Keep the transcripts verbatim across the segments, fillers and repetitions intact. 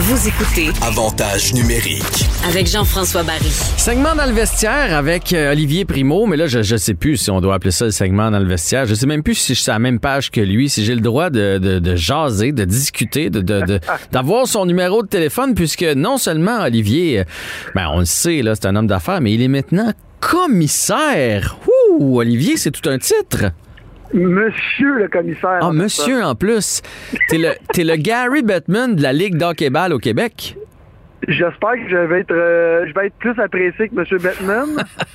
Vous écoutez Avantage numérique avec Jean-François Barry. Segment dans le vestiaire avec euh, Olivier Primo, mais là, je ne sais plus si on doit appeler ça le segment dans le vestiaire. Je sais même plus si je suis à la même page que lui, si j'ai le droit de, de, de jaser, de discuter, de, de, de, d'avoir son numéro de téléphone, puisque non seulement Olivier, ben, on le sait, là, c'est un homme d'affaires, mais il est maintenant commissaire. Ouh, Olivier, c'est tout un titre. Monsieur le commissaire. Ah, monsieur en plus. T'es le, t'es le Gary Bettman de la Ligue d'hockey-ball au Québec. J'espère que je vais être euh, je vais être plus apprécié que M. Bettman,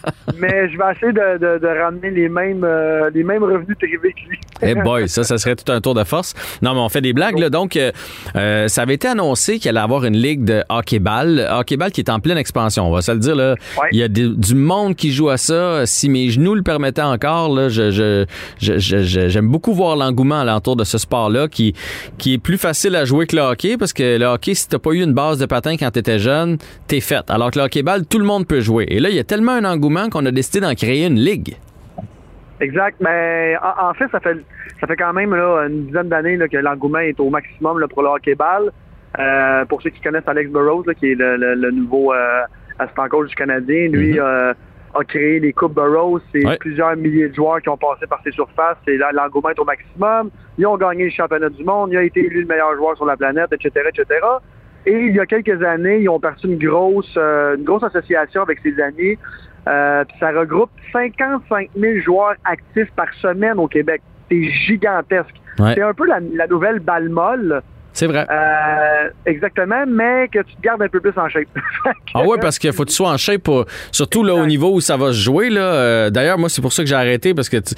mais je vais essayer de, de, de ramener les mêmes euh, les mêmes revenus privés que lui. Eh boy, ça, ça serait tout un tour de force. Non, mais on fait des blagues, là. Donc, euh, euh, ça avait été annoncé qu'il allait avoir une ligue de hockey-ball. Hockey-ball qui est en pleine expansion, on va se le dire, là. Ouais. Il y a des, du monde qui joue à ça. Si mes genoux le permettaient encore, là, je, je, je, je, j'aime beaucoup voir l'engouement alentour de ce sport-là qui, qui est plus facile à jouer que le hockey, parce que le hockey, si t'as pas eu une base de patin quand t'étais jeune, t'es fait. Alors que le hockey-ball, tout le monde peut jouer. Et là, il y a tellement un engouement qu'on a décidé d'en créer une ligue. Exact. Mais en, en fait, ça fait ça fait quand même là, une dizaine d'années là, que l'engouement est au maximum là, pour le hockey-ball. Euh, pour ceux qui connaissent Alex Burrows, là, qui est le, le, le nouveau euh, assistant coach du Canadien, lui mm-hmm. euh, a créé les Coupes Burrows. C'est ouais. plusieurs milliers de joueurs qui ont passé par ses surfaces. Et là, l'engouement est au maximum. Ils ont gagné le championnat du monde. Il a été élu le meilleur joueur sur la planète, et cetera, et cetera. Et il y a quelques années, ils ont parti une grosse, euh, une grosse association avec ses amis. Euh, puis ça regroupe cinquante-cinq mille joueurs actifs par semaine au Québec. C'est gigantesque. Ouais. C'est un peu la, la nouvelle balle molle. C'est vrai. Euh, exactement, mais que tu te gardes un peu plus en shape. Ah ouais, parce qu'il faut que tu sois en shape, pour, surtout là, au niveau où ça va se jouer. Là. Euh, d'ailleurs, moi, c'est pour ça que j'ai arrêté, parce que tu,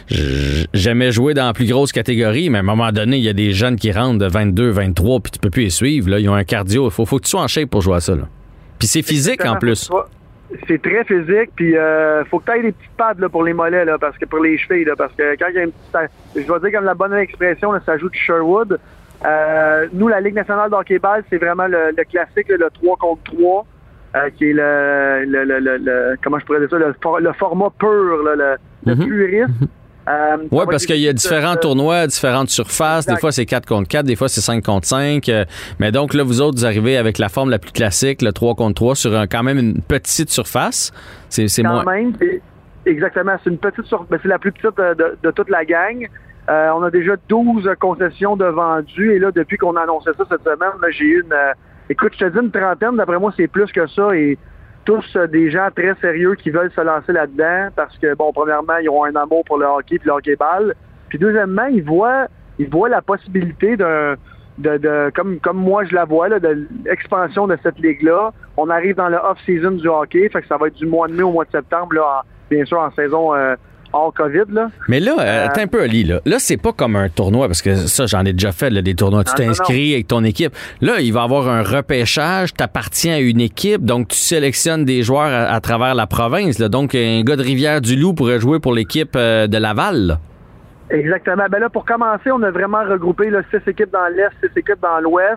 j'aimais jouer dans la plus grosse catégorie, mais à un moment donné, il y a des jeunes qui rentrent de vingt-deux, vingt-trois, puis tu peux plus les suivre. Là. Ils ont un cardio. Il faut, faut que tu sois en shape pour jouer à ça. Là. Puis c'est physique exactement, en plus. C'est très physique, puis euh, faut que tu aies des petites pads là, pour les mollets, là, parce que pour les chevilles, là, parce que quand il y a une petite... Je vais dire comme la bonne expression, là, ça joue de Sherwood. Euh, nous, la Ligue nationale de hockey-ball, c'est vraiment le, le classique, là, le trois contre trois, euh, qui est le, le, le, le, le... Comment je pourrais dire ça? Le, le format pur, là, le, mm-hmm. le puriste. Euh, oui, parce qu'il y a différents euh, tournois, différentes surfaces. Exact. Des fois, c'est quatre contre quatre, des fois, c'est cinq contre cinq. Euh, mais donc, là, vous autres, vous arrivez avec la forme la plus classique, le trois contre trois, sur un, quand même une petite surface. C'est, c'est quand moins... même, c'est, exactement. C'est une petite surface. C'est la plus petite de, de, de toute la gang. Euh, on a déjà douze concessions de vendus. Et là, depuis qu'on a annoncé ça cette semaine, là, j'ai eu une... Euh, écoute, je te dis une trentaine. D'après moi, c'est plus que ça. Et tous euh, des gens très sérieux qui veulent se lancer là-dedans parce que, bon, premièrement, ils ont un amour pour le hockey et le hockey-ball. Puis deuxièmement, ils voient ils voient la possibilité d'un, de, de comme, comme moi je la vois, là, de l'expansion de cette ligue-là. On arrive dans le off-season du hockey, fait que ça va être du mois de mai au mois de septembre, là, en, bien sûr en saison euh, hors COVID. Là. Mais là, euh, attends un peu, Ali. Là, là c'est pas comme un tournoi, parce que ça, j'en ai déjà fait, là, des tournois. Tu t'inscris avec ton équipe. Là, il va y avoir un repêchage. Tu appartiens à une équipe, donc tu sélectionnes des joueurs à, à travers la province. Là. Donc, un gars de Rivière-du-Loup pourrait jouer pour l'équipe euh, de Laval. Là. Exactement. Ben là, pour commencer, on a vraiment regroupé là, six équipes dans l'Est, six équipes dans l'Ouest.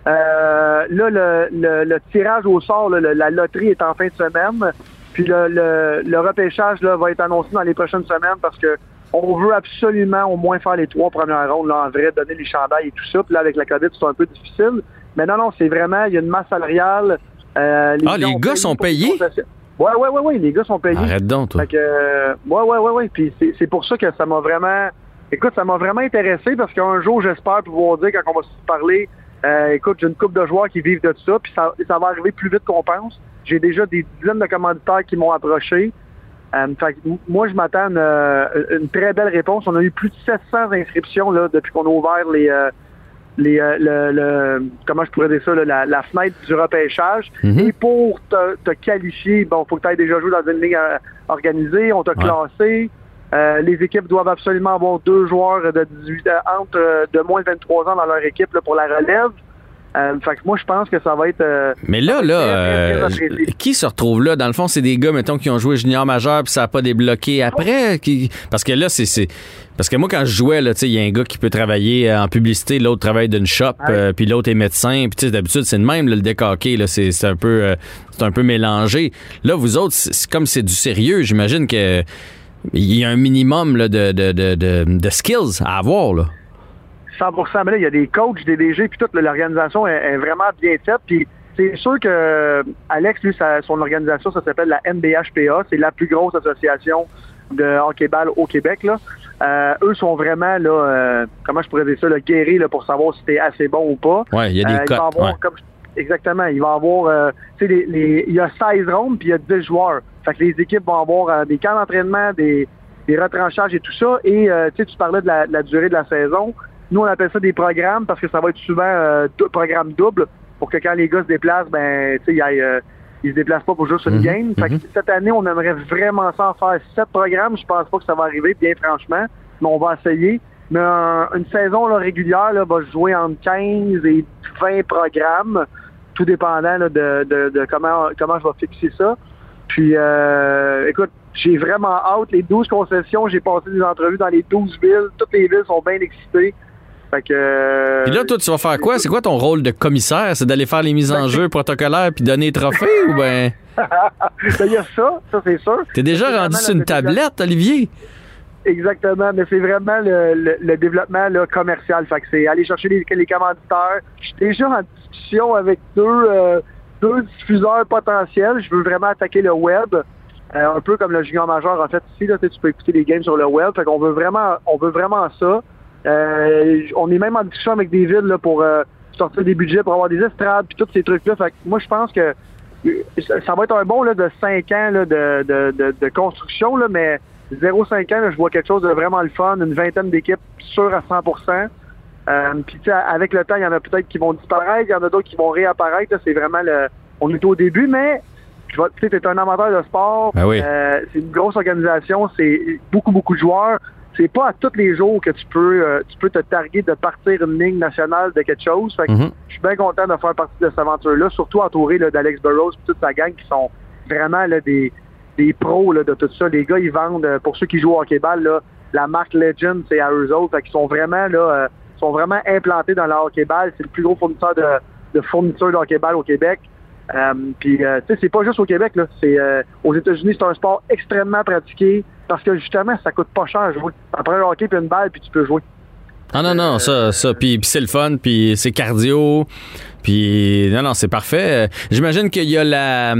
Euh, là, le, le, le tirage au sort, là, le, la loterie est en fin de semaine. Puis le, le, le repêchage là, va être annoncé dans les prochaines semaines parce que on veut absolument au moins faire les trois premières rondes, là, en vrai, donner les chandails et tout ça. Puis là, avec la COVID, c'est un peu difficile. Mais non, non, c'est vraiment, il y a une masse salariale. Euh, les ah, les gars sont payés? Oui, oui, oui, oui, les gars sont payés. Arrête donc, toi. Fait que, euh, ouais, ouais, ouais, ouais. Puis c'est, c'est pour ça que ça m'a vraiment... Écoute, ça m'a vraiment intéressé parce qu'un jour, j'espère pouvoir dire, quand on va se parler, euh, écoute, j'ai une couple de joueurs qui vivent de ça, puis ça, ça va arriver plus vite qu'on pense. J'ai déjà des dizaines de commanditaires qui m'ont approché. Euh, fait que, moi, je m'attends à une, une très belle réponse. On a eu plus de sept cents inscriptions là, depuis qu'on a ouvert les, euh, les euh, le, le comment je pourrais dire ça, là, la, la fenêtre du repêchage. Mm-hmm. Et pour te, te qualifier, bon, faut que tu aies déjà joué dans une ligue euh, organisée. On t'a ouais. classé. Euh, les équipes doivent absolument avoir deux joueurs de dix-huit ans, entre euh, de moins de vingt-trois ans dans leur équipe là, pour la relève. Euh, fait que moi, je pense que ça va être... Euh, Mais là, là, euh, qui se retrouve là? Dans le fond, c'est des gars, mettons, qui ont joué junior majeur puis ça n'a pas débloqué après? Qui... Parce que là, c'est... c'est... Parce que moi, quand je jouais, là, tu sais, il y a un gars qui peut travailler en publicité, l'autre travaille d'une shop, ouais. euh, puis l'autre est médecin. Puis tu sais, d'habitude, c'est le même, là, le décaqué, là, c'est, c'est un peu euh, c'est un peu mélangé. Là, vous autres, c'est, c'est comme c'est du sérieux. J'imagine que il y a un minimum là, de, de, de, de, de skills à avoir, là. cent pour cent. Mais là, il y a des coachs, des D G, puis toute l'organisation est, est vraiment bien faite. Puis c'est sûr que Alex, lui, sa, son organisation, ça s'appelle la N B H P A. C'est la plus grosse association de hockey-ball au Québec, là. Euh, eux sont vraiment, là, euh, comment je pourrais dire ça, là, guéris là, pour savoir si t'es assez bon ou pas. Oui, il y a des euh, cotes. Avoir, Ouais. comme, exactement. Il va y avoir, euh, tu sais, les, les, il y a seize rondes, puis il y a dix joueurs. Fait que les équipes vont avoir euh, des camps d'entraînement, des, des retranchages et tout ça. Et, euh, tu sais, tu parlais de la, de la durée de la saison. Nous, on appelle ça des programmes parce que ça va être souvent euh, deux programmes doubles pour que quand les gars se déplacent, ben, tu sais, ils, euh, ils se déplacent pas pour juste une Mm-hmm. game. Fait que Mm-hmm. cette année, on aimerait vraiment ça en faire sept programmes. Je pense pas que ça va arriver, bien franchement, mais on va essayer. Mais un, une saison là, régulière là, va jouer entre quinze et vingt programmes, tout dépendant là, de, de, de comment, comment je vais fixer ça. Puis, euh, écoute, j'ai vraiment hâte. Les douze concessions, j'ai passé des entrevues dans les douze villes. Toutes les villes sont bien excitées. Fait que... Euh, Puis là, toi, tu vas faire quoi? C'est quoi ton rôle de commissaire? C'est d'aller faire les mises en jeu protocolaires puis donner les trophées ou ben... il y a ça, ça c'est sûr. T'es déjà C'est rendu vraiment sur le une tablette, Olivier? Exactement, mais c'est vraiment le, le, le développement là, commercial. Fait que c'est aller chercher les, les commanditaires. Je suis déjà en discussion avec deux, euh, deux diffuseurs potentiels. Je veux vraiment attaquer le web. Euh, un peu comme le junior majeur en fait ici, là, tu peux écouter les games sur le web. Fait qu'on veut vraiment on veut vraiment ça. Euh, on est même en discussion avec des villes là, pour euh, sortir des budgets, pour avoir des estrades puis tous ces trucs-là. Fait que moi je pense que ça va être un bon là, de cinq ans là, de, de, de, de construction, là, mais zéro cinq ans, là, je vois quelque chose de vraiment le fun, une vingtaine d'équipes sûres à cent pour cent. Euh, puis tu sais, avec le temps, il y en a peut-être qui vont disparaître, il y en a d'autres qui vont réapparaître. Là, c'est vraiment le. On est au début, mais tu sais, t'es un amateur de sport. Ben oui. euh, c'est une grosse organisation, c'est beaucoup, beaucoup de joueurs. C'est pas à tous les jours que tu peux euh, tu peux te targuer de partir une ligne nationale de quelque chose. Fait que Mm-hmm. je suis bien content de faire partie de cette aventure-là, surtout entouré là, d'Alex Burrows et toute sa gang qui sont vraiment là, des, des pros là, de tout ça. Les gars, ils vendent, euh, pour ceux qui jouent au hockey-ball, là, la marque Legend, c'est à eux autres. Fait qu'ils sont vraiment là, euh, sont vraiment implantés dans le hockey-ball. C'est le plus gros fournisseur de, de fournitures de hockey-ball au Québec. Euh, puis, euh, tu sais, c'est pas juste au Québec, là. C'est euh, aux États-Unis, c'est un sport extrêmement pratiqué parce que justement, ça coûte pas cher à jouer. Après un hockey puis une balle, puis tu peux jouer. Ah non, non, ça, ça, puis, puis c'est le fun, puis c'est cardio, puis non, non, c'est parfait. Euh, J'imagine qu'il y a la,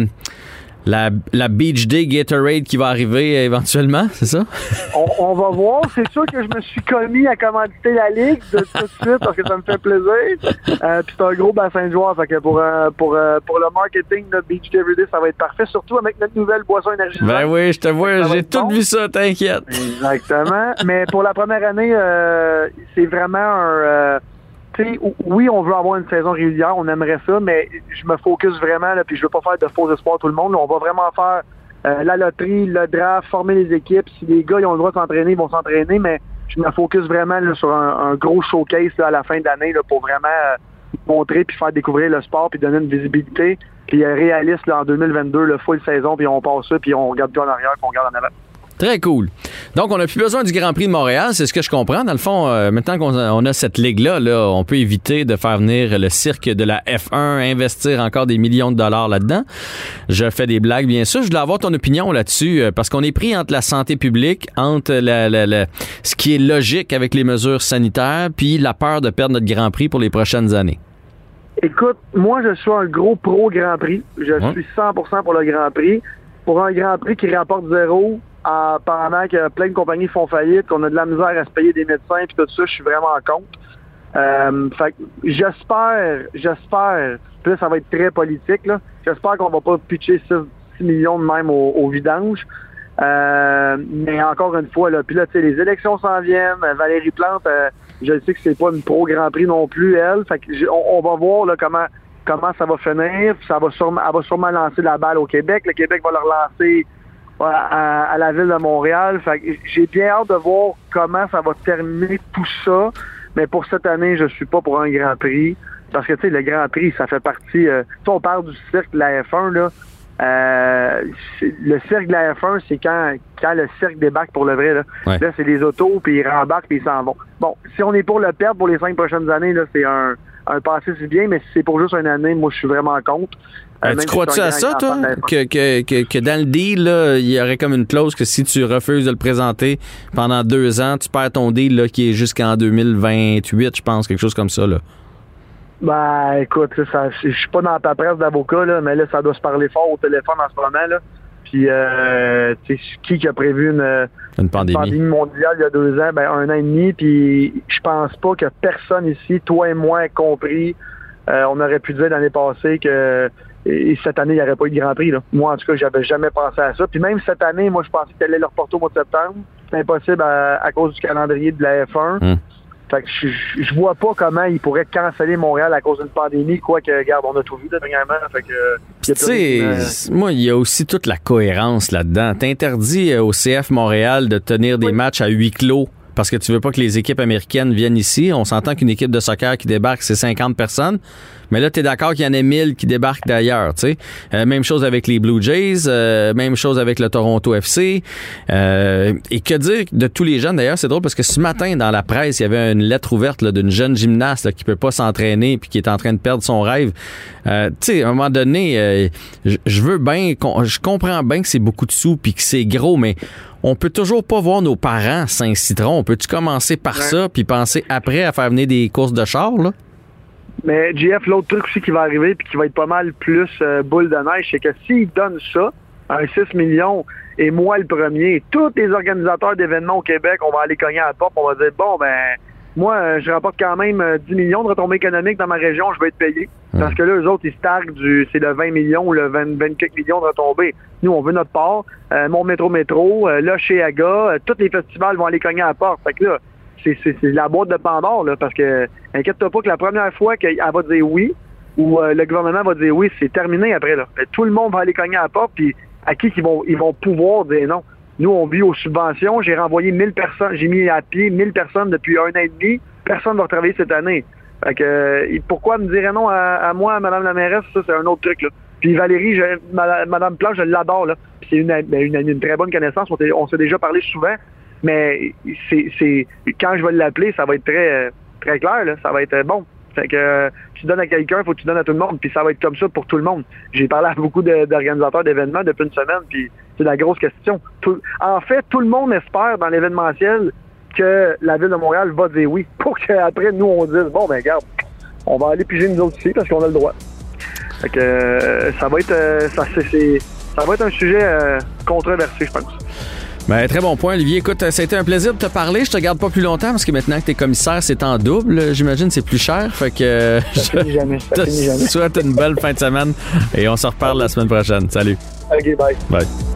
la, la Beach Day Gatorade qui va arriver éventuellement, c'est ça? On, on va voir. C'est sûr que je me suis commis à commanditer la Ligue de tout de suite parce que ça me fait plaisir. Euh, puis c'est un gros bassin de joueurs. Fait que pour, euh, pour, euh, pour le marketing de Beach Day Everyday, ça va être parfait. Surtout avec notre nouvelle boisson énergisante. Ben oui, je te vois, Ça va j'ai être tout bon. vu ça, t'inquiète. Exactement. Mais pour la première année, euh, c'est vraiment un... Euh, tu sais, oui, on veut avoir une saison régulière, on aimerait ça, mais je me focus vraiment, là, puis je veux pas faire de faux espoirs tout le monde. Là, on va vraiment faire euh, la loterie, le draft, former les équipes. Si les gars ils ont le droit de s'entraîner, ils vont s'entraîner, mais je me focus vraiment là, sur un, un gros showcase là, à la fin de l'année là, pour vraiment euh, montrer puis faire découvrir le sport puis donner une visibilité. Puis euh, réaliste là, en deux mille vingt-deux, le full saison, puis on passe ça, puis on regarde plus en arrière, puis on regarde en avant. Très cool. Donc, on n'a plus besoin du Grand Prix de Montréal, c'est ce que je comprends. Dans le fond, euh, maintenant qu'on a, on a cette ligue-là, là, on peut éviter de faire venir le cirque de la F un, investir encore des millions de dollars là-dedans. Je fais des blagues, bien sûr. Je voulais avoir ton opinion là-dessus, euh, parce qu'on est pris entre la santé publique, entre la, la, la, ce qui est logique avec les mesures sanitaires, puis la peur de perdre notre Grand Prix pour les prochaines années. Écoute, moi, je suis un gros pro Grand Prix. Je Ouais. suis cent pour cent pour le Grand Prix. Pour un Grand Prix qui rapporte zéro, euh, pendant que plein de compagnies font faillite, qu'on a de la misère à se payer des médecins et tout ça, je suis vraiment contre. Euh, fait que j'espère, j'espère, puis là, ça va être très politique, là. J'espère qu'on va pas pitcher six millions de même au, au vidange. Euh, mais encore une fois, là, puis là, tu sais, les élections s'en viennent. Valérie Plante, euh, je sais que c'est pas une pro Grand Prix non plus, elle. Fait que j- on, on va voir là, comment comment ça va finir. Ça va sûrement, elle va sûrement lancer la balle au Québec. Le Québec va le relancer à, à, à la ville de Montréal. Fait que j'ai bien hâte de voir comment ça va terminer tout ça. Mais pour cette année, je suis pas pour un Grand Prix. Parce que, tu sais, le Grand Prix, ça fait partie... Euh, tu sais, on parle du cirque de la F un, là. Euh, c'est- le cirque de la F un, c'est quand, quand le cirque débarque pour le vrai. Là, Ouais. là c'est les autos, puis ils rembarquent, puis ils s'en vont. Bon, si on est pour le perdre pour les cinq prochaines années, là, c'est un, un passé si bien, mais si c'est pour juste une année, moi, je suis vraiment contre. Euh, tu crois-tu à ça, toi? Que, que, que, que dans le deal, là, il y aurait comme une clause que si tu refuses de le présenter pendant deux ans, tu perds ton deal là, qui est jusqu'en deux mille vingt-huit, je pense, quelque chose comme ça, là. Ben, écoute, ça, je suis pas dans ta presse d'avocat, là, mais là, ça doit se parler fort au téléphone en ce moment, là. Puis, euh, tu sais, qui qui a prévu une, une, pandémie. une pandémie mondiale il y a deux ans? Ben, un an et demi, puis je pense pas que personne ici, toi et moi, ait compris. Euh, on aurait pu dire l'année passée que et cette année, il n'y aurait pas eu de Grand Prix, là. Moi, en tout cas, j'avais jamais pensé à ça. Puis même cette année, moi, je pensais qu'elle allait le reporter au mois de septembre. C'est impossible à, à cause du calendrier de la F un. Hum. Fait que je, je vois pas comment ils pourraient canceller Montréal à cause d'une pandémie, quoique, regarde, on a tout vu là, dernièrement. Fait que, tu sais, euh... moi, il y a aussi toute la cohérence là-dedans. T'interdis au C F Montréal de tenir des oui. matchs à huis clos parce que tu veux pas que les équipes américaines viennent ici. On s'entend qu'une équipe de soccer qui débarque, c'est cinquante personnes. Mais là, tu es d'accord qu'il y en ait mille qui débarquent d'ailleurs, tu sais. Euh, même chose avec les Blue Jays, euh, même chose avec le Toronto F C. Euh, et que dire de tous les jeunes, d'ailleurs, c'est drôle parce que ce matin, dans la presse, il y avait une lettre ouverte là, d'une jeune gymnaste là, qui peut pas s'entraîner puis qui est en train de perdre son rêve. Euh, tu sais, à un moment donné, euh, je veux bien, je comprends bien que c'est beaucoup de sous puis que c'est gros, mais on peut toujours pas voir nos parents Saint-Citron. On peut-tu commencer par ouais. ça puis penser après à faire venir des courses de chars, là? Mais J F, l'autre truc aussi qui va arriver puis qui va être pas mal plus euh, boule de neige, c'est que s'ils donnent ça, un six millions, et moi le premier, tous les organisateurs d'événements au Québec, on va aller cogner à la porte, on va dire, bon, ben, moi, euh, je rapporte quand même euh, dix millions de retombées économiques dans ma région, je vais être payé. Mmh. Parce que là, eux autres, ils se targuent du, c'est le vingt millions ou le vingt, vingt-quatre millions de retombées. Nous, on veut notre part. Euh, mon métro métro, euh, là, chez Aga, euh, tous les festivals vont aller cogner à la porte. Fait que là, C'est, c'est, c'est la boîte de Pandore, là, parce que inquiète-toi pas que la première fois qu'elle va dire oui, ou euh, le gouvernement va dire oui, c'est terminé après, là. Tout le monde va aller cogner à la porte, puis à qui qu'ils vont, ils vont pouvoir dire non. Nous, on vit aux subventions, j'ai renvoyé mille personnes, j'ai mis à pied mille personnes depuis un an et demi, personne ne va retravailler cette année. Fait que, euh, pourquoi me dirait non à, à moi, à Mme la mairesse, ça, c'est un autre truc, là. Puis Valérie, je, Mme Plante, je l'adore, là. Puis c'est une, une, une, une très bonne connaissance, on, on s'est déjà parlé souvent. Mais c'est, c'est quand je vais l'appeler, ça va être très très clair, là. Ça va être bon. Fait que euh, tu donnes à quelqu'un, il faut que tu donnes à tout le monde, puis ça va être comme ça pour tout le monde. J'ai parlé à beaucoup de, d'organisateurs d'événements depuis une semaine, puis c'est la grosse question. Tout, en fait, tout le monde espère dans l'événementiel que la Ville de Montréal va dire oui, pour qu'après, nous, on dise, bon, ben regarde, on va aller piger nous autres ici parce qu'on a le droit. Fait que euh, ça va être euh, ça, c'est, c'est, ça va être un sujet euh, controversé, je pense. Ben, très bon point, Olivier. Écoute, ça a été un plaisir de te parler. Je te garde pas plus longtemps parce que maintenant que t'es commissaire, c'est en double. J'imagine que c'est plus cher. Fait que ça finit jamais. Ça finit jamais. Je te souhaite une belle fin de semaine et on se reparle la semaine prochaine. Salut. OK, bye. Bye.